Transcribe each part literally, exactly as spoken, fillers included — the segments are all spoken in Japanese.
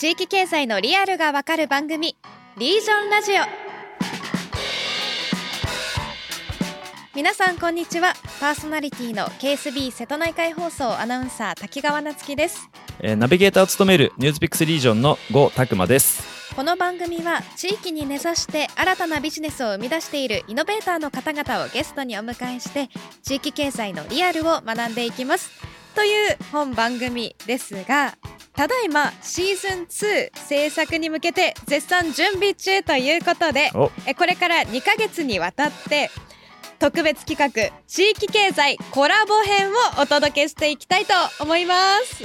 地域経済のリアルがわかる番組、リージョンラジオ。皆さんこんにちは。パーソナリティの ケーエスビー 瀬戸内海放送アナウンサー滝川夏樹です。 えー、ナビゲーターを務めるニュースピックスリージョンの郷拓馬です。 この番組は地域に根ざして新たなビジネスを生み出しているイノベーターの方々をゲストにお迎えして地域経済のリアルを学んでいきますという本番組ですが、ただいまシーズンツー制作に向けて絶賛準備中ということで、えこれからにかげつにわたって特別企画地域経済コラボ編をお届けしていきたいと思います。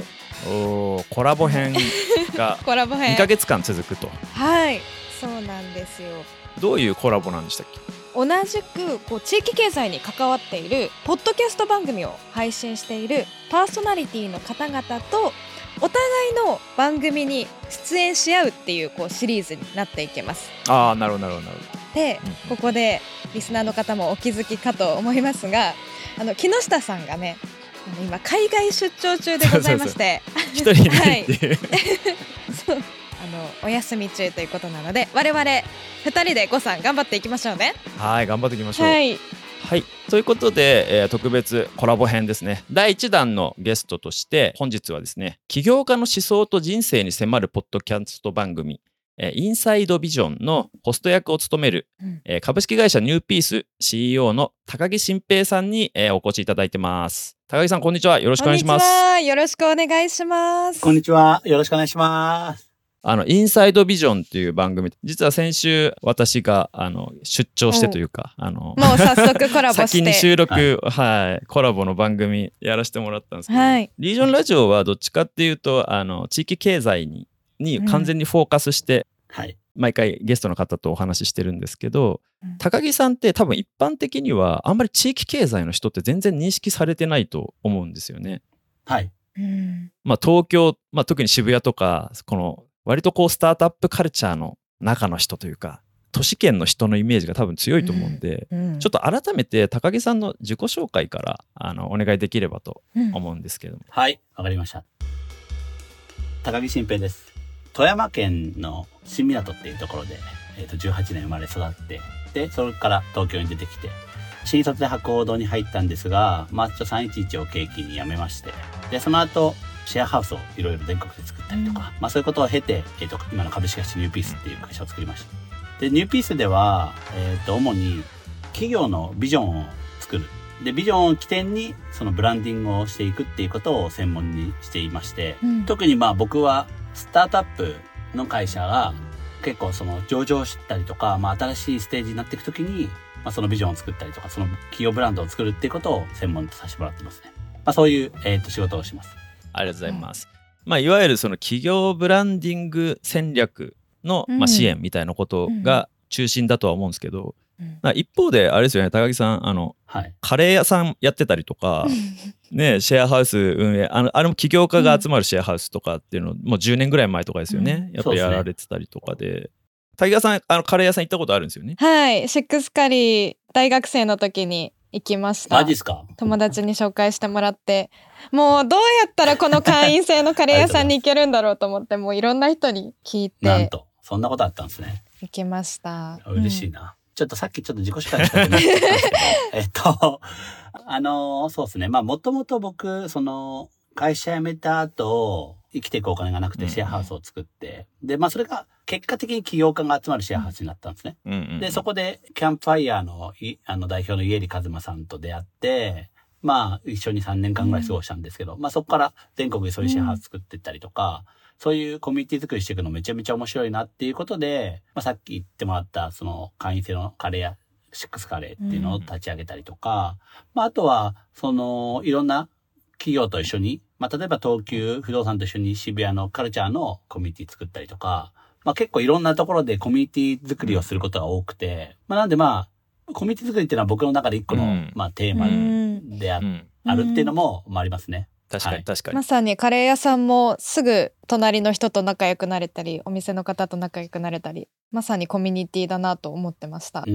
おー、コラボ編がコラボ編にかげつかん続くと。 はい、そうなんですよ。 どういうコラボなんでしたっけ？ 同じくこう地域経済に関わっているポッドキャスト番組を配信しているパーソナリティの方々とお互いの番組に出演し合うっていう、こうシリーズになっていきます。 ああ、なるほどなるほどなるほど。 で、うん、ここでリスナーの方もお気づきかと思いますが、あの木下さんがね、今海外出張中でございまして一人いないっていう、はい、 そう、あのお休み中ということなので我々ふたりでごさん頑張っていきましょうね。 はい、頑張っていきましょう。 はい、 はい、ということで、えー、特別コラボ編ですね。だいいちだんのゲストとして本日はですね、起業家の思想と人生に迫るポッドキャスト番組、えー、インサイドビジョンのホスト役を務める、うんえー、株式会社ニューピース シーイーオー の高木晋平さんに、えー、お越しいただいてます。高木さん、こんにちは。よろしくお願いします。 こんにちは。よろしくお願いします。 こんにちは。よろしくお願いします。 あのインサイドビジョンっていう番組、実は先週私があの出張してというか、あのもう早速コラボして先に収録、はいはい、コラボの番組やらせてもらったんですけど、はい、リージョンラジオはどっちかっていうとあの地域経済にに完全にフォーカスして、うんはい、毎回ゲストの方とお話ししてるんですけど、うん、高木さんって多分一般的にはあんまり地域経済の人って全然認識されてないと思うんですよね。 はい、 うんまあ、東京、まあ、特に渋谷とかこの割とこうスタートアップカルチャーの中の人というか都市圏の人のイメージが多分強いと思うんで、うんうん、ちょっと改めて高木さんの自己紹介からあのお願いできればと思うんですけども、 うん、はいわかりました。高木晋平です。富山県の新港っていうところで、えー、とじゅうはちねん生まれ育ってでそれから東京に出てきて新卒で博報堂に入ったんですがマッチョさんいちいちを契機に辞めまして、でその後シェアハウスをいろいろ全国で作ったりとか、うんまあ、そういうことを経て、えー、と今の株式会社ニューピースっていう会社を作りました。でニューピースでは、えー、と主に企業のビジョンを作る、でビジョンを起点にそのブランディングをしていくっていうことを専門にしていまして、うん、特にまあ僕はスタートアップの会社が結構その上場したりとか、まあ、新しいステージになっていくときに、まあ、そのビジョンを作ったりとかその企業ブランドを作るっていうことを専門とさせてもらってますね。まあ、そういう、えー、と仕事をします。 ありがとうございます。うんまあ、いわゆるその企業ブランディング戦略の、まあ、支援みたいなことが中心だとは思うんですけど、うん、一方であれですよね、高木さんあの、はい、カレー屋さんやってたりとかね、シェアハウス運営 あの、あれも起業家が集まるシェアハウスとかっていうのもうじゅうねんぐらい前とかですよね、うん、やっぱやられてたりとかで、滝川さんあのカレー屋さん行ったことあるんですよね。 はい、シックスカリー大学生の時に行きました。 マジっすか？ 友達に紹介してもらってもうどうやったらこの会員制のカレー屋さんに行けるんだろうと思ってもういろんな人に聞いてなんとそんなことあったんですね。 行きました。 嬉しいな、うん、ちょっとさっきちょっと自己紹介したくなっちゃったんですけどえっとあのそうですね、まあもともと僕その会社辞めた後生きていくお金がなくてシェアハウスを作って、うん、でまあそれが結果的に起業家が集まるシェアハウスになったんですね、うんうんうん、でそこでキャンプファイヤーのあの代表の家入一馬さんと出会ってまあ一緒にさんねんかんぐらい過ごしたんですけど、うん、まあそこから全国でそういうシェアハウス作っていったりとか、うん、そういうコミュニティ作りしていくのめちゃめちゃ面白いなっていうことで、まあ、さっき言ってもらったその会員制のカレーやシックスカレーっていうのを立ち上げたりとか、うんまあ、あとはそのいろんな企業と一緒に、まあ、例えば東急不動産と一緒に渋谷のカルチャーのコミュニティ作ったりとか、まあ、結構いろんなところでコミュニティ作りをすることが多くて、まあ、なんでまあコミュニティ作りっていうのは僕の中で一個の、うん、まあテーマで あ,、うん、あるっていうのも、まあ、ありますね。 確かに確かに、 まさにカレー屋さんもすぐ隣の人と仲良くなれたりお店の方と仲良くなれたりまさにコミュニティだなと思ってました、 うん、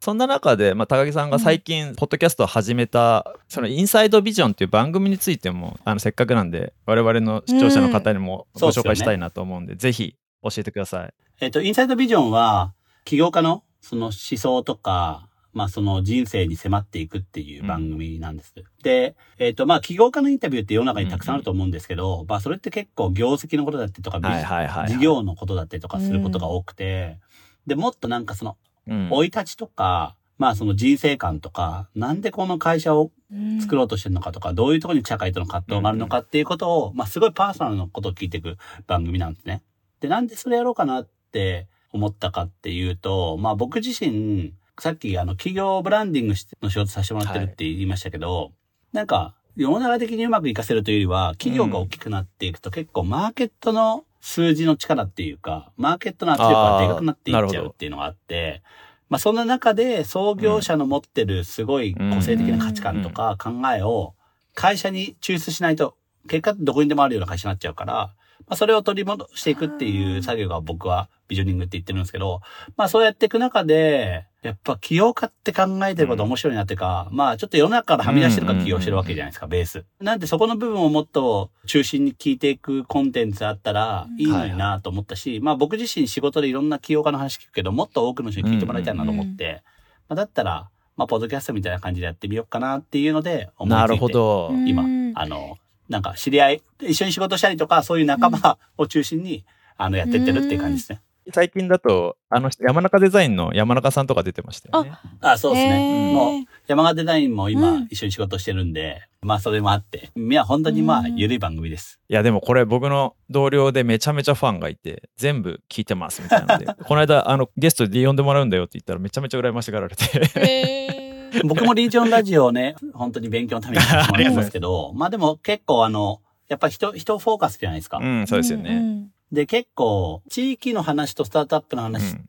そんな中で、まあ、高木さんが最近ポッドキャストを始めた、うん、そのインサイドビジョンっていう番組についてもあのせっかくなんで我々の視聴者の方にもご紹介したいなと思うんで、うん、ぜひ教えてください。 えっとインサイドビジョンは起業家のその思想とか、まあその人生に迫っていくっていう番組なんです。うん、で、えっとまあ起業家のインタビューって世の中にたくさんあると思うんですけど、うん、まあそれって結構業績のことだったりとか、はいはいはいはい、事業のことだったりとかすることが多くて、うん、でもっとなんかその生い立ちとか、まあその人生観とか、なんでこの会社を作ろうとしてるのかとか、どういうところに社会との葛藤があるのかっていうことを、まあすごいパーソナルなことを聞いていく番組なんですね。で、なんでそれやろうかなって思ったかっていうと、まあ僕自身、さっきあの企業ブランディングの仕事させてもらってるって言いましたけど、はい、なんか世の中的にうまくいかせるというよりは、企業が大きくなっていくと結構マーケットの数字の力っていうか、マーケットの圧力がでかくなっていっちゃうっていうのがあって、まあそんな中で創業者の持ってるすごい個性的な価値観とか考えを会社に抽出しないと、結果どこにでもあるような会社になっちゃうから、まあそれを取り戻していくっていう作業が僕はビジョニングって言ってるんですけど、まあそうやっていく中で、やっぱ起業家って考えてること面白いなっていうか、まあちょっと世の中からはみ出してるから起業してるわけじゃないですか、ベース。なんでそこの部分をもっと中心に聞いていくコンテンツあったらいいのになと思ったし、まあ僕自身仕事でいろんな起業家の話聞くけど、もっと多くの人に聞いてもらいたいなと思って、まあだったら、まあポッドキャストみたいな感じでやってみようかなっていうので思いついて。 なるほど。 今、あの、なんか知り合い、一緒に仕事したりとか、そういう仲間を中心に、あの、やってってるっていう感じですね。 最近だと、あの、山中デザインの山中さんとか出てましたよね。 あ、あそうですね。もう、山中デザインも今、一緒に仕事してるんで、うん、まあ、それもあって、いや、本当にまあ、ゆるい番組です。 いや、でもこれ僕の同僚でめちゃめちゃファンがいて、全部聞いてますみたいなので、この間、あの、ゲストで呼んでもらうんだよって言ったらめちゃめちゃ羨ましがられて。 僕もリージョンラジオをね、本当に勉強のためにやってもらってますけど、まあでも結構あの、やっぱ人、人フォーカスじゃないですか。 うん、そうですよね。うんで、結構、地域の話とスタートアップの話って、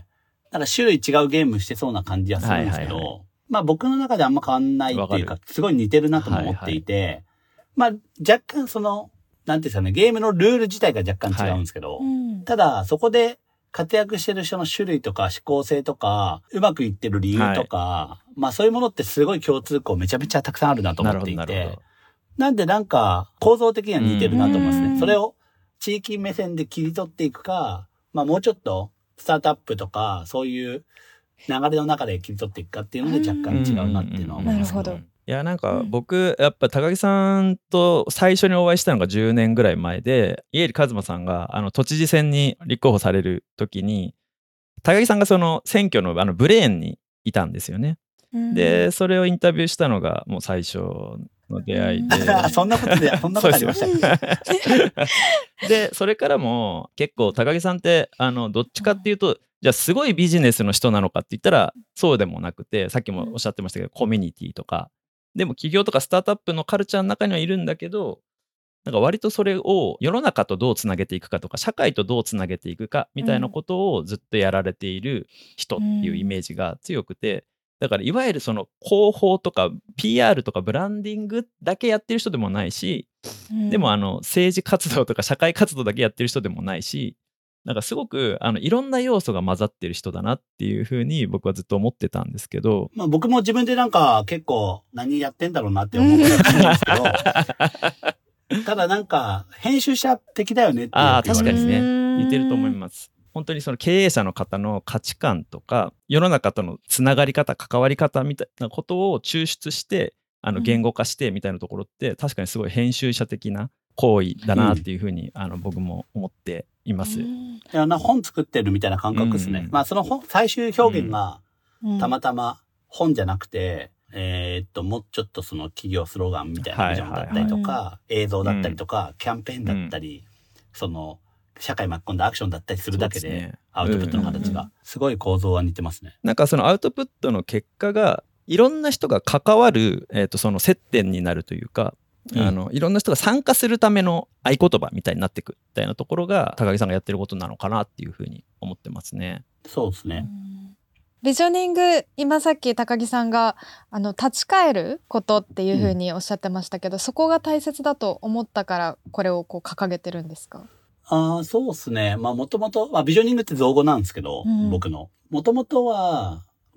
うん、なんか種類違うゲームしてそうな感じはするんですけど、はいはいはい、まあ僕の中であんま変わんないっていうか、すごい似てるなとも思っていて、はいはい、まあ若干その、なんていうんですかね、ゲームのルール自体が若干違うんですけど、はい、ただそこで活躍してる人の種類とか思考性とか、うまくいってる理由とか、はい、まあそういうものってすごい共通項めちゃめちゃたくさんあるなと思っていて、なんでなんか構造的には似てるなと思いますね。それを地域目線で切り取っていくか、まあもうちょっとスタートアップとかそういう流れの中で切り取っていくかっていうので若干違うなっていうのは思います。 なるほど。 いやなんか僕やっぱ高木さんと最初にお会いしたのがじゅうねんぐらい前で、家入一馬さんがあの都知事選に立候補される時に高木さんがその選挙のあのブレーンにいたんですよね。でそれをインタビューしたのがもう最初の出会いでそんなことでそんなことありましたでそれからも結構高木さんってあのどっちかっていうとじゃあすごいビジネスの人なのかって言ったらそうでもなくて、さっきもおっしゃってましたけどコミュニティとかでも企業とかスタートアップのカルチャーの中にはいるんだけど、なんか割とそれを世の中とどうつなげていくかとか社会とどうつなげていくかみたいなことをずっとやられている人っていうイメージが強くて、だからいわゆるその広報とか ピーアール とかブランディングだけやってる人でもないし、でもあの政治活動とか社会活動だけやってる人でもないし、なんかすごくあのいろんな要素が混ざってる人だなっていうふうに僕はずっと思ってたんですけど、 まあ僕も自分でなんか結構何やってんだろうなって思うことがあるんですけどただなんか編集者的だよねって言われて。 ああ確かにね、似てると思います。本当にその経営者の方の価値観とか世の中とのつながり方関わり方みたいなことを抽出してあの言語化してみたいなところって確かにすごい編集者的な行為だなっていうふうに、うん、あの僕も思っています。 いやな本作ってるみたいな感覚ですね。うん、まあその本最終表現がたまたま本じゃなくて、うん、えー、っともうちょっとその企業スローガンみたいなビジョンだったりとか、はいはいはい、映像だったりとか、うん、キャンペーンだったり、うん、その社会巻き込んだアクションだったりするだけで、ね、アウトプットの形がすごい構造は似てますね。 なんかそのアウトプットの結果がいろんな人が関わる、えー、とその接点になるというか、うん、あのいろんな人が参加するための合言葉みたいになっていくみたいなところが高木さんがやってることなのかなっていうふうに思ってますね。 そうですね。 ビジョニング、今さっき高木さんがあの立ち返ることっていうふうにおっしゃってましたけど、うん、そこが大切だと思ったからこれをこう掲げてるんですか？ ああ、そうですね。まあもともと、まあビジョニングって造語なんですけど、うん、僕の。もともとは、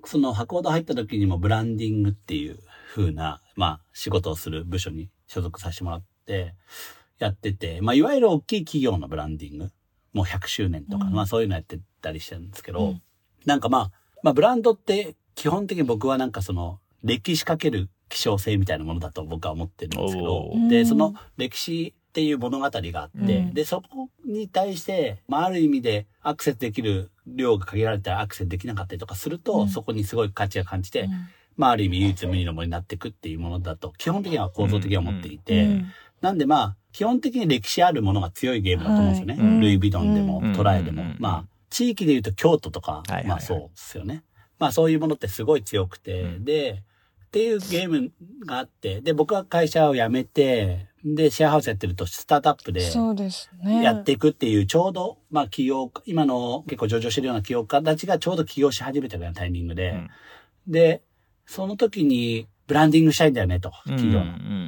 その博報堂入った時にもブランディングっていう風な、まあ仕事をする部署に所属させてもらってやってて、まあいわゆる大きい企業のブランディング、もうひゃくしゅうねんとか、うん、まあそういうのやってたりしてるんですけど、うん、なんかまあ、まあブランドって基本的に僕はなんかその歴史かける希少性みたいなものだと僕は思ってるんですけど、で、その歴史っていう物語があって、うん、で、そこに対して、まあある意味でアクセスできる量が限られたらアクセスできなかったりとかすると、うん、そこにすごい価値が感じて、うん、まあある意味唯一無二のものになっていくっていうものだと、基本的には構造的には思っていて、うんうん、なんでまあ、基本的に歴史あるものが強いゲームだと思うんですよね。はい、ルイ・ヴィトンでも、うん、トライでも、うん、まあ、地域で言うと京都とか、はいはいはい、まあそうですよね。まあそういうものってすごい強くて、うん、で、っていうゲームがあって、で、僕は会社を辞めて、で、シェアハウスやってるとスタートアップでやっていくっていう、ちょうど、まあ企業、今の結構上場してるような企業家たちがちょうど起業し始めたようなタイミングで、うん、で、その時にブランディングしたいんだよねと、企業の。うんうん、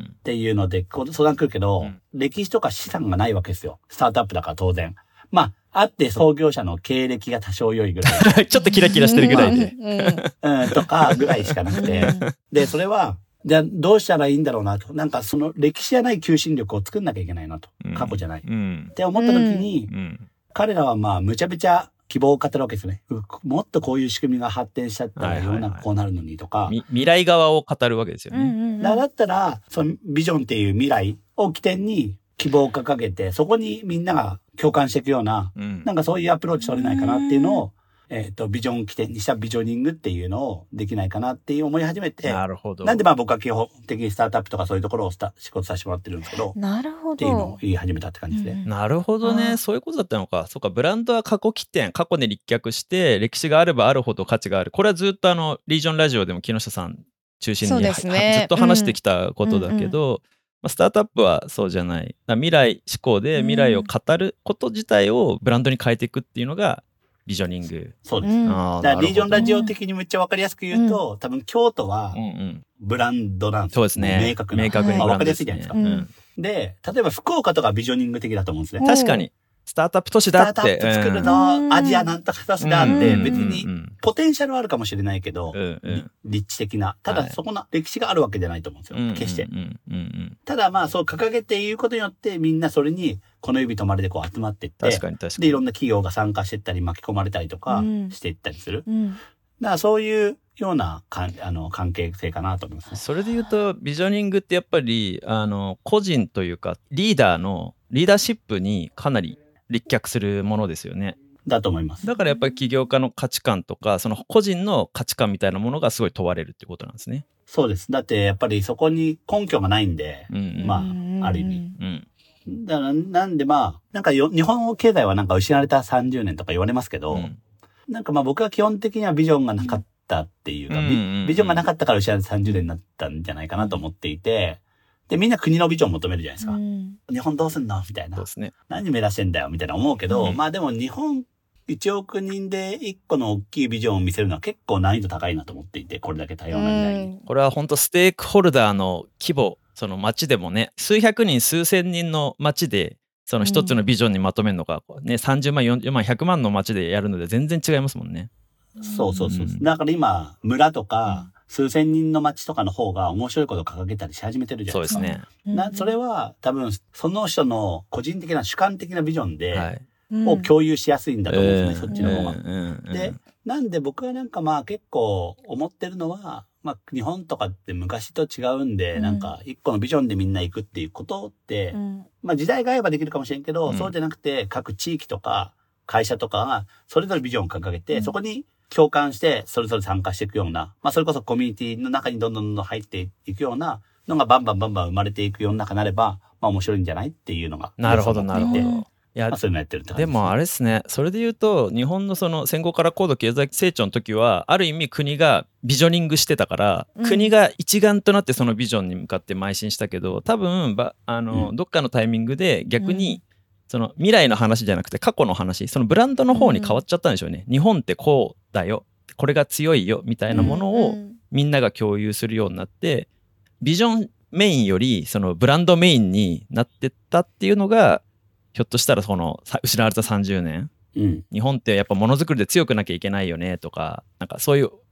っていうので、こう相談来るけど、うん、歴史とか資産がないわけですよ。スタートアップだから当然。まあ、あって創業者の経歴が多少良いぐらい。 ちょっとキラキラしてるぐらいで。 うん、とかぐらいしかなくて。で、それは、じゃあどうしたらいいんだろうなと。なんかその歴史じゃない求心力を作んなきゃいけないなと。うん、過去じゃない。うん、って思った時に、うん、彼らはまあ、むちゃむちゃ希望を語るわけですね。もっとこういう仕組みが発展しちゃったら世の中こうなるのにとか。 未来側を語るわけですよね。 だったら、そのビジョンっていう未来を起点に希望を掲げて、そこにみんなが共感していくような、うん、なんかそういうアプローチ取れないかなっていうのを、えっと、ビジョンを起点にしたビジョニングっていうのをできないかなっていう思い始めて。 なるほど。 なんでまあ僕は基本的にスタートアップとかそういうところをスタ仕事させてもらってるんですけど。 なるほど。 っていうのを言い始めたって感じですね。 うん、なるほどね。そういうことだったのか。そうか、ブランドは過去起点、過去に立脚して、歴史があればあるほど価値がある。これはずっとあの、リージョンラジオでも木下さん中心に、ね、ずっと話してきたことだけど、うんうんうんまあ、スタートアップはそうじゃない。未来志向で未来を語ること自体をブランドに変えていくっていうのが、ビジョニング。 そうです。うん、だからリージョンラジオ的にめっちゃわかりやすく言うと、うん、多分京都はブランドなんですよ。 そうですね。 明確な。 明確に。 まあ、わかりやすいじゃないですか、うん。で、例えば福岡とかビジョニング的だと思うんですね。 確かに。スタートアップ都市だって。 スタートアップ作るの、うん、アジアなんとか都市だって、別にポテンシャルはあるかもしれないけど、うんうん、立地的な。ただそこの歴史があるわけじゃないと思うんですよ。はい、決して、うんうんうん。ただまあそう掲げて言うことによってみんなそれにこの指止まれでこう集まっていって、 確かに確かに。 で、いろんな企業が参加していったり巻き込まれたりとかしていったりする。うんうん、だからそういうようなかんあの関係性かなと思いますね。 それで言うと、ビジョニングってやっぱり、あの、個人というか、リーダーの、リーダーシップにかなり立脚するものですよね。 だと思います。 だからやっぱり起業家の価値観とか、その個人の価値観みたいなものがすごい問われるってことなんですね。 そうです。だってやっぱりそこに根拠がないんで、うんうん、まあ、ある意味。うん、だからなんでまあ、なんかよ日本経済はなんか失われたさんじゅうねんとか言われますけど、うん、なんかまあ僕は基本的にはビジョンがなかったっていうか、うんうんうん、ビジョンがなかったから失われたさんじゅうねんになったんじゃないかなと思っていて、で、みんな国のビジョンを求めるじゃないですか。うん、日本どうすんのみたいな。そうですね。何目指してんだよみたいな思うけど、うん、まあでも日本いちおく人でいっこの大きいビジョンを見せるのは結構難易度高いなと思っていて、これだけ多様な時代に。 これは本当ステークホルダーの規模、その街でもね、数百人、数千人の街で、その一つのビジョンにまとめるのか、うん、ね、さんじゅうまん、よんじゅうまん、ひゃくまんの街でやるので全然違いますもんね。 そうそうそう。うん、だから今、村とか、うん数千人の街とかの方が面白いことを掲げたりし始めてるじゃないですか。そうですね。な、それは多分その人の個人的な主観的なビジョンで、はい、を共有しやすいんだと思うんですね、そっちの方が。で、なんで僕はなんかまあ結構思ってるのは、まあ日本とかって昔と違うんで、うん、なんか一個のビジョンでみんな行くっていうことって、うん、まあ時代が合えばできるかもしれんけど、うん、そうじゃなくて各地域とか会社とかがそれぞれビジョンを掲げて、うん、そこに共感してそれぞれ参加していくような、まあそれこそコミュニティの中にどんどんどんどん入っていくようなのがバンバンバンバン生まれていく世の中になれば、まあ面白いんじゃないっていうのが。 なるほどなるほど。いや、まあ、そういうのやってるって感じですね。でもあれですね、それで言うと日本のその戦後から高度経済成長の時はある意味国がビジョニングしてたから、うん、国が一丸となってそのビジョンに向かって邁進したけど、多分ばあの、うん、どっかのタイミングで逆に、うんその未来の話じゃなくて過去の話、そのブランドの方に変わっちゃったんでしょうね、うん、日本ってこうだよ、これが強いよみたいなものをみんなが共有するようになって、ビジョンメインよりそのブランドメインになってったっていうのがひょっとしたらその失われたさんじゅうねん、うん、日本ってやっぱものづくりで強くなきゃいけないよねとか、なんかそういう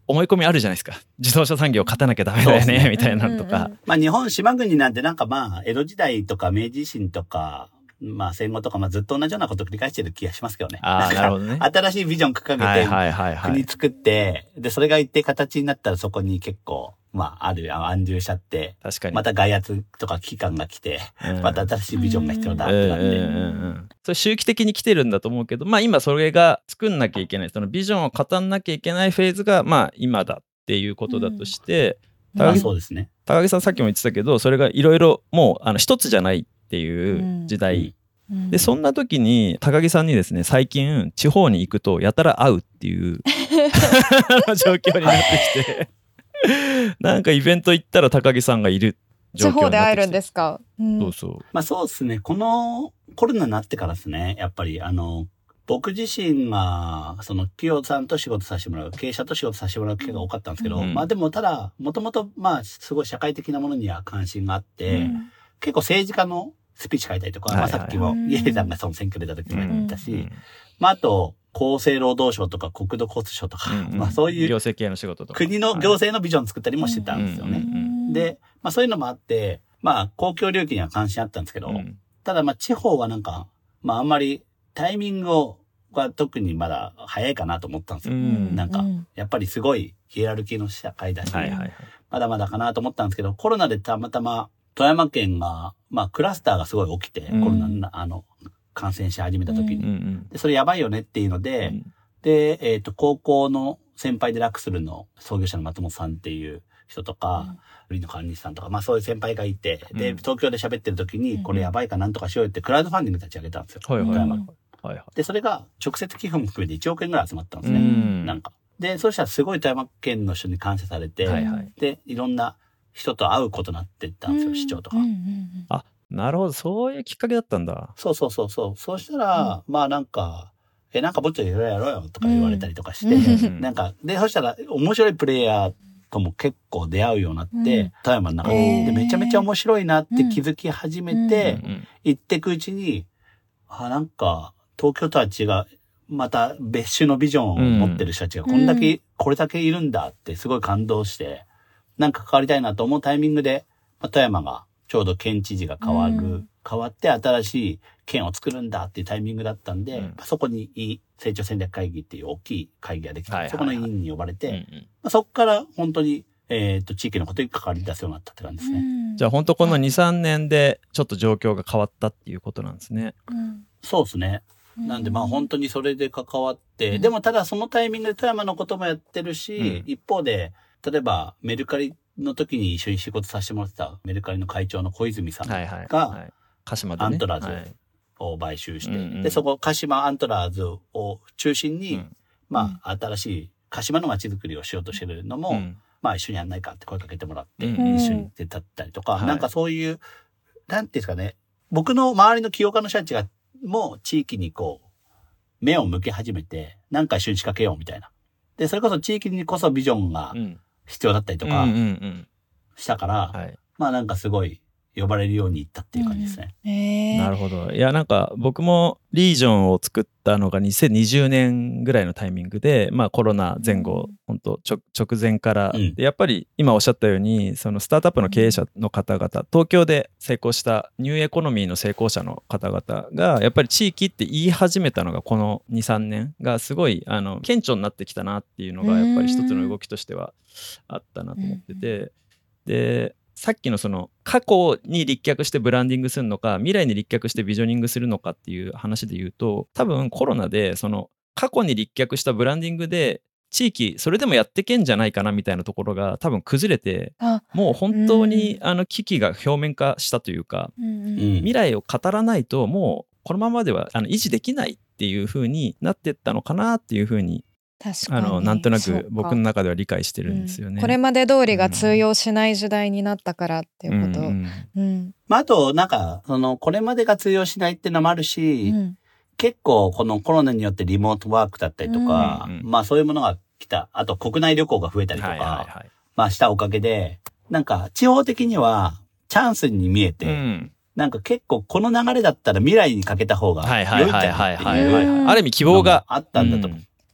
思い込みあるじゃないですか。自動車産業勝たなきゃダメだよね、みたいなのとか。うんうんうん、 まあ日本島国なんてなんかまあ、江戸時代とか明治維新とか、まあ戦後とか、まあずっと同じようなことを繰り返してる気がしますけどね。 ああ、なるほどね。 新しいビジョン掲げて、はいはいはいはい、国作って、で、それが一定形になったらそこに結構、まあ、ある、安住しちゃって、 確かに。 また外圧とか危機感が来て、うん、また新しいビジョンが必要だってなって。うんうんうん、 それ周期的に来てるんだと思うけど、まあ今それが作んなきゃいけない、そのビジョンを語んなきゃいけないフェーズが、まあ今だっていうことだとして、 うん、高木、まあ、そうですね。 高木さんさっきも言ってたけど、それがいろいろもう、あの、一つじゃないっていう時代。うんうん、で、そんな時に高木さんにですね、最近地方に行くとやたら会うっていう状況になってきて。なんかイベント行ったら高木さんがいる状況になってきて。 地方で会えるんですか、 うん、そうそう。 まあそうですね。このコロナになってからですね、やっぱりあの、僕自身が、その企業さんと仕事させてもらう、経営者と仕事させてもらう機会が多かったんですけど、うん、まあでもただ、もともとまあすごい社会的なものには関心があって、うん、結構政治家のスピーチ書いたりとか、はいはい、まあさっきも家さんがその選挙出た時も言ったし、うん、まああと、厚生労働省とか国土交通省とか、うんうん、まあそういう行政系の仕事とか国の行政のビジョン作ったりもしてたんですよね。はい、で、まあそういうのもあって、まあ公共領域には関心あったんですけど、うん、ただまあ地方はなんか、まああんまりタイミングをは特にまだ早いかなと思ったんですよ。うん、なんかやっぱりすごいヒエラルキーの社会だし、はいはいはい、まだまだかなと思ったんですけど、コロナでたまたま富山県が、まあクラスターがすごい起きて、うん、コロナあの、感染し始めた時に、うんうん、でそれやばいよねっていうので、うん、で、えっと、高校の先輩でラクスルの創業者の松本さんっていう人とか、売り、うん、の管理士さんとか、まあそういう先輩がいて、うん、で、東京で喋ってる時に、これやばいかなんとかしようってクラウドファンディング立ち上げたんですよ。はいはいはいはいはい、で、それが直接寄付も含めていちおくえんぐらい集まったんですね。うん、なんか。で、そうしたらすごい富山県の人に感謝されて、はいはい、で、いろんな人と会うことになってったんですよ、市長とか。うんうんうん、 あ、なるほど。そういうきっかけだったんだ。 そうそうそうそう。そうしたら、うん、まあなんか、え、なんかぼっちゃいろいろやろうよとか言われたりとかして、うん、なんか、で、そしたら面白いプレイヤーとも結構出会うようになって、うん、富山の中で、で、めちゃめちゃ面白いなって気づき始めて、うん、行ってくうちに、あ、なんか、東京とは違う、また別種のビジョンを持ってる人たちがこんだけ、うん、これだけいるんだってすごい感動して、なんか関わりたいなと思うタイミングで、まあ、富山が、ちょうど県知事が変わる、うん、変わって新しい県を作るんだっていうタイミングだったんで、うん、そこに成長戦略会議っていう大きい会議ができて、はいはいはい、そこの委員に呼ばれて、うんうん、まあ、そこから本当に、えっと、地域のことに関わり出すようになったって感じですね。 うん、じゃあ本当このに、さんねんでちょっと状況が変わったっていうことなんですね。 うん、そうですね。なんでまあ本当にそれで関わって、うん、でもただそのタイミングで富山のこともやってるし、うん、一方で、例えばメルカリの時に一緒に仕事させてもらってたメルカリの会長の小泉さんが、はいはいはい、鹿島でね、アントラーズを買収して、はい、で、そこ鹿島アントラーズを中心に、うん、まあ、新しい鹿島の街づくりをしようとしてるのも、うん、まあ一緒にやんないかって声かけてもらって、うん、一緒に手伝ったりとか、うん、なんかそういう、なんていうんですかね、僕の周りの起業家の人たちが、もう地域にこう、目を向け始めて、なんか一緒に仕掛けようみたいな。で、それこそ地域にこそビジョンが必要だったりとかしたから、うんうんうん、まあなんかすごい呼ばれるようにいったっていう感じですね。 うん、へー、なるほど。いや、なんか僕もリージョンを作ったのがにせんにじゅうねんぐらいのタイミングで、まあコロナ前後、うん、本当直直前から、うん、でやっぱり今おっしゃったように、そのスタートアップの経営者の方々、東京で成功したニューエコノミーの成功者の方々が、やっぱり地域って言い始めたのがこのに、さんねんがすごいあの顕著になってきたなっていうのが、やっぱり一つの動きとしてはあったなと思ってて、で、さっきのその過去に立脚してブランディングするのか、未来に立脚してビジョニングするのかっていう話で言うと、多分コロナでその過去に立脚したブランディングで地域それでもやってけんじゃないかなみたいなところが多分崩れて、もう本当にあの危機が表面化したというか、未来を語らないともうこのままではあの維持できないっていう風になってったのかなっていう風に、確かにあのなんとなく僕の中では理解してるんですよね。 うん、これまで通りが通用しない時代になったからっていうこと。うんうん、まあ、あとなんかそのこれまでが通用しないっていうのもあるし、うん、結構このコロナによってリモートワークだったりとか、うんうん、まあそういうものが来た。あと国内旅行が増えたりとか、はいはいはい、まあしたおかげで、なんか地方的にはチャンスに見えて。うん、なんか結構この流れだったら未来にかけた方が良いんじゃないっていう、 ある意味希望があったんだと思う。うん、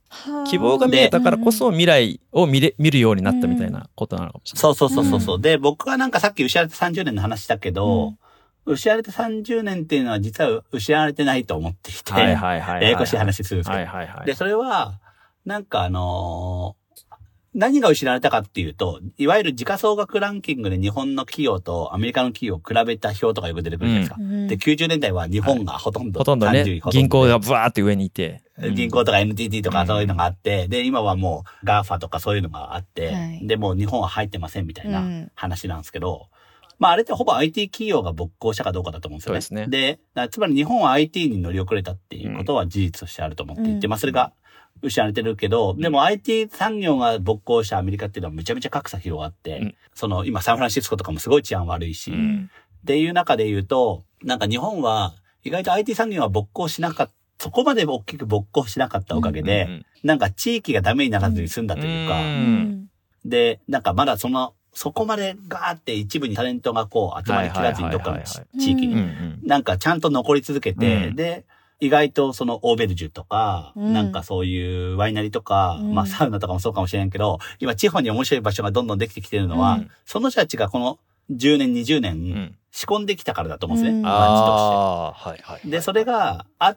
希望が見えたからこそ未来を見れ見るようになったみたいなことなのかもしれない。 そうそうそうそうそう、うん、で僕はなんかさっき失われてさんじゅうねんの話したけど、うん、失われてさんじゅうねんっていうのは実は失われてないと思っていて、ややこしい話するんですけど、はいはいはい、でそれはなんかあのー何が失われたかっていうと、いわゆる時価総額ランキングで日本の企業とアメリカの企業を比べた表とかよく出てくるじゃないですか。うん、で、きゅうじゅうねんだいは日本がほとんど、 はい、ほとんどね、銀行がブワーって上にいて。 銀行とか エヌティーティー とかそういうのがあって、うん、で、今はもう ガーファ とかそういうのがあって、はい、で、もう日本は入ってませんみたいな話なんですけど、うん、まああれってほぼ アイティー 企業が没効したかどうかだと思うんですよね。そうですね。で、つまり日本は アイティー に乗り遅れたっていうことは事実としてあると思っていて、うん、まあそれが、失われてるけど、でも アイティー 産業が勃興したアメリカっていうのはめちゃめちゃ格差広がって、うん、その今サンフランシスコとかもすごい治安悪いし、うん、っていう中で言うと、なんか日本は意外と アイティー 産業は勃興しなかった、そこまで大きく勃興しなかったおかげで、うんうんうん、なんか地域がダメにならずに済んだというか、うん、で、なんかまだその、そこまでガーって一部にタレントがこう集まりきらずにどっかの地域に、なんかちゃんと残り続けて、うん、で、意外とそのオーベルジュとか、うん、なんかそういうワイナリとか、うん、まあサウナとかもそうかもしれんけど、今地方に面白い場所がどんどんできてきてるのは、うん、その人たちがこのじゅうねん、にじゅうねん仕込んできたからだと思うんですね。うん、街として。あー、はいはい。で、それがあって、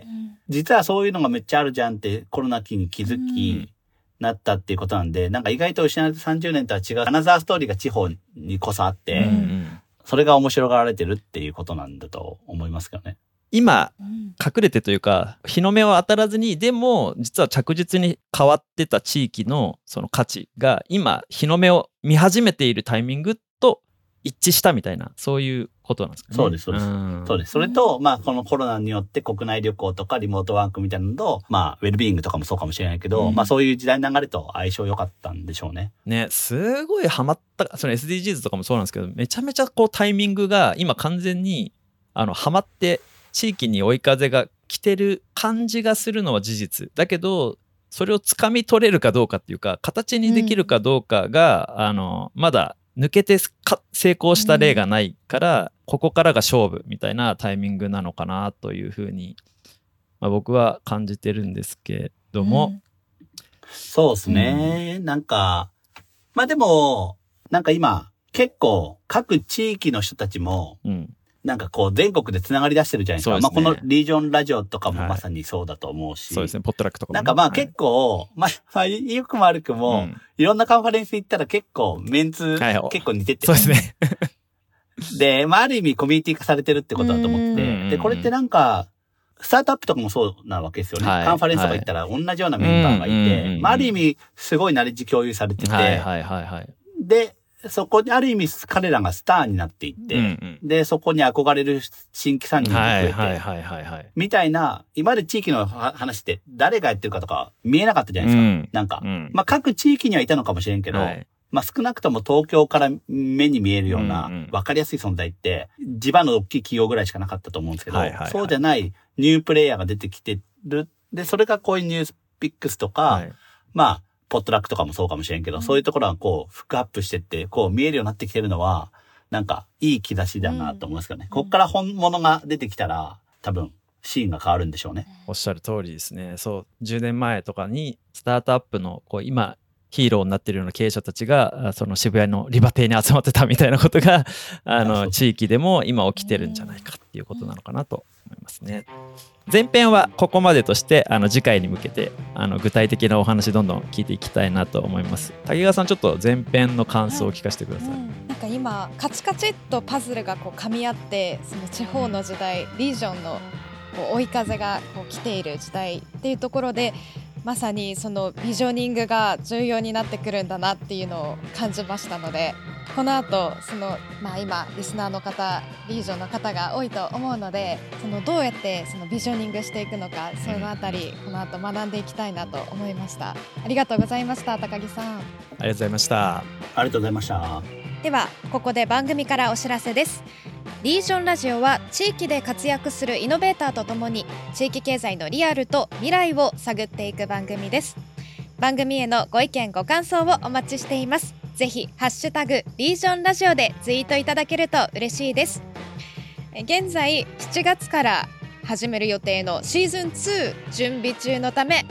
実はそういうのがめっちゃあるじゃんってコロナ期に気づき、うん、なったっていうことなんで、なんか意外と失われてさんじゅうねんとは違うアナザーストーリーが地方にこそあって、うんうん、それが面白がられてるっていうことなんだと思いますけどね。 今隠れてというか日の目は当たらずに、でも実は着実に変わってた地域のその価値が今日の目を見始めているタイミングと一致したみたいな、そういうことなんですかね。 そうですそうです、うん、そうです。それとまあこのコロナによって国内旅行とかリモートワークみたいなのと、まあウェルビーイングとかもそうかもしれないけど、うん、まあそういう時代の流れと相性良かったんでしょうね。 ね、すごいハマった。その エスディージーズ とかもそうなんですけど、めちゃめちゃこうタイミングが今完全にあのハマって地域に追い風が来てる感じがするのは事実だけど、それをつかみ取れるかどうかっていうか形にできるかどうかが、うん、あのまだ抜けて成功した例がないから、うん、ここからが勝負みたいなタイミングなのかなというふうに、まあ、僕は感じてるんですけども、うん、 そうですね、うん、なんかまあでもなんか今結構各地域の人たちも、うんなんかこう全国で繋がり出してるじゃないですか。すね、まあこのリージョンラジオとかもまさにそうだと思うし。はい、 そうですね、ポットラックとかも、ね。 なんかまあ結構、はい、まあ、まあ、よくも悪くも、うん、いろんなカンファレンス行ったら結構メンツ、はい、結構似てて。 そうですね。 で、まあある意味コミュニティ化されてるってことだと思ってて。で、これってなんか、スタートアップとかもそうなわけですよね。はい、カンファレンスとか行ったら同じようなメンバーがいて、まあある意味すごいナレッジ共有されてて。はいはいはいはい。で、そこにある意味彼らがスターになっていって、うんうん、で、そこに憧れる新規参入が増えて、はいはいはいはい、みたいな、今まで地域の話って誰がやってるかとか見えなかったじゃないですか。うん、なんか、うん、まあ各地域にはいたのかもしれんけど、はい、まあ少なくとも東京から目に見えるような分かりやすい存在って、地場の大きい企業ぐらいしかなかったと思うんですけど、はいはいはい、そうじゃないニュープレイヤーが出てきてる。で、それがこういうニュースピックスとか、はい、まあ、ポットラックとかもそうかもしれんけど、うん、そういうところはこう、フックアップしてって、こう見えるようになってきてるのは、なんか、いい兆しだなと思いますけどね。うん、こっから本物が出てきたら、多分、シーンが変わるんでしょうね。 おっしゃる通りですね。そう、じゅうねんまえとかに、スタートアップの、こう、今、ヒーローになってるような経営者たちが、その渋谷のリバティに集まってたみたいなことが、あの、地域でも今起きてるんじゃないかっていうことなのかなと思いますね。前編はここまでとして、あの次回に向けてあの具体的なお話どんどん聞いていきたいなと思います。滝川さん、ちょっと前編の感想を聞かせてください。うん、 なんか今カチカチっとパズルがこう噛み合って、その地方の時代、リージョンのこう追い風がこう来ている時代っていうところで、まさにそのビジョニングが重要になってくるんだなっていうのを感じましたので、この後その、まあ、今リスナーの方、リージョンの方が多いと思うので、そのどうやってそのビジョニングしていくのか、そのあたりこの後学んでいきたいなと思いました。ありがとうございました。高木さん、ありがとうございました。 ありがとうございました。 ではここで番組からお知らせです。リージョンラジオは地域で活躍するイノベーターとともに地域経済のリアルと未来を探っていく番組です。番組へのご意見ご感想をお待ちしています。ぜひハッシュタグリージョンラジオでツイートいただけると嬉しいです。現在しちがつから始める予定のシーズンツー準備中のため、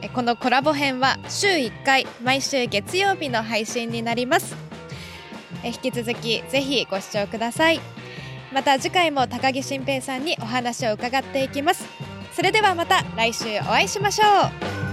このコラボ編は週いっかい毎週月曜日の配信になります。引き続きぜひご視聴ください。また次回も高木晋平さんにお話を伺っていきます。それではまた来週お会いしましょう。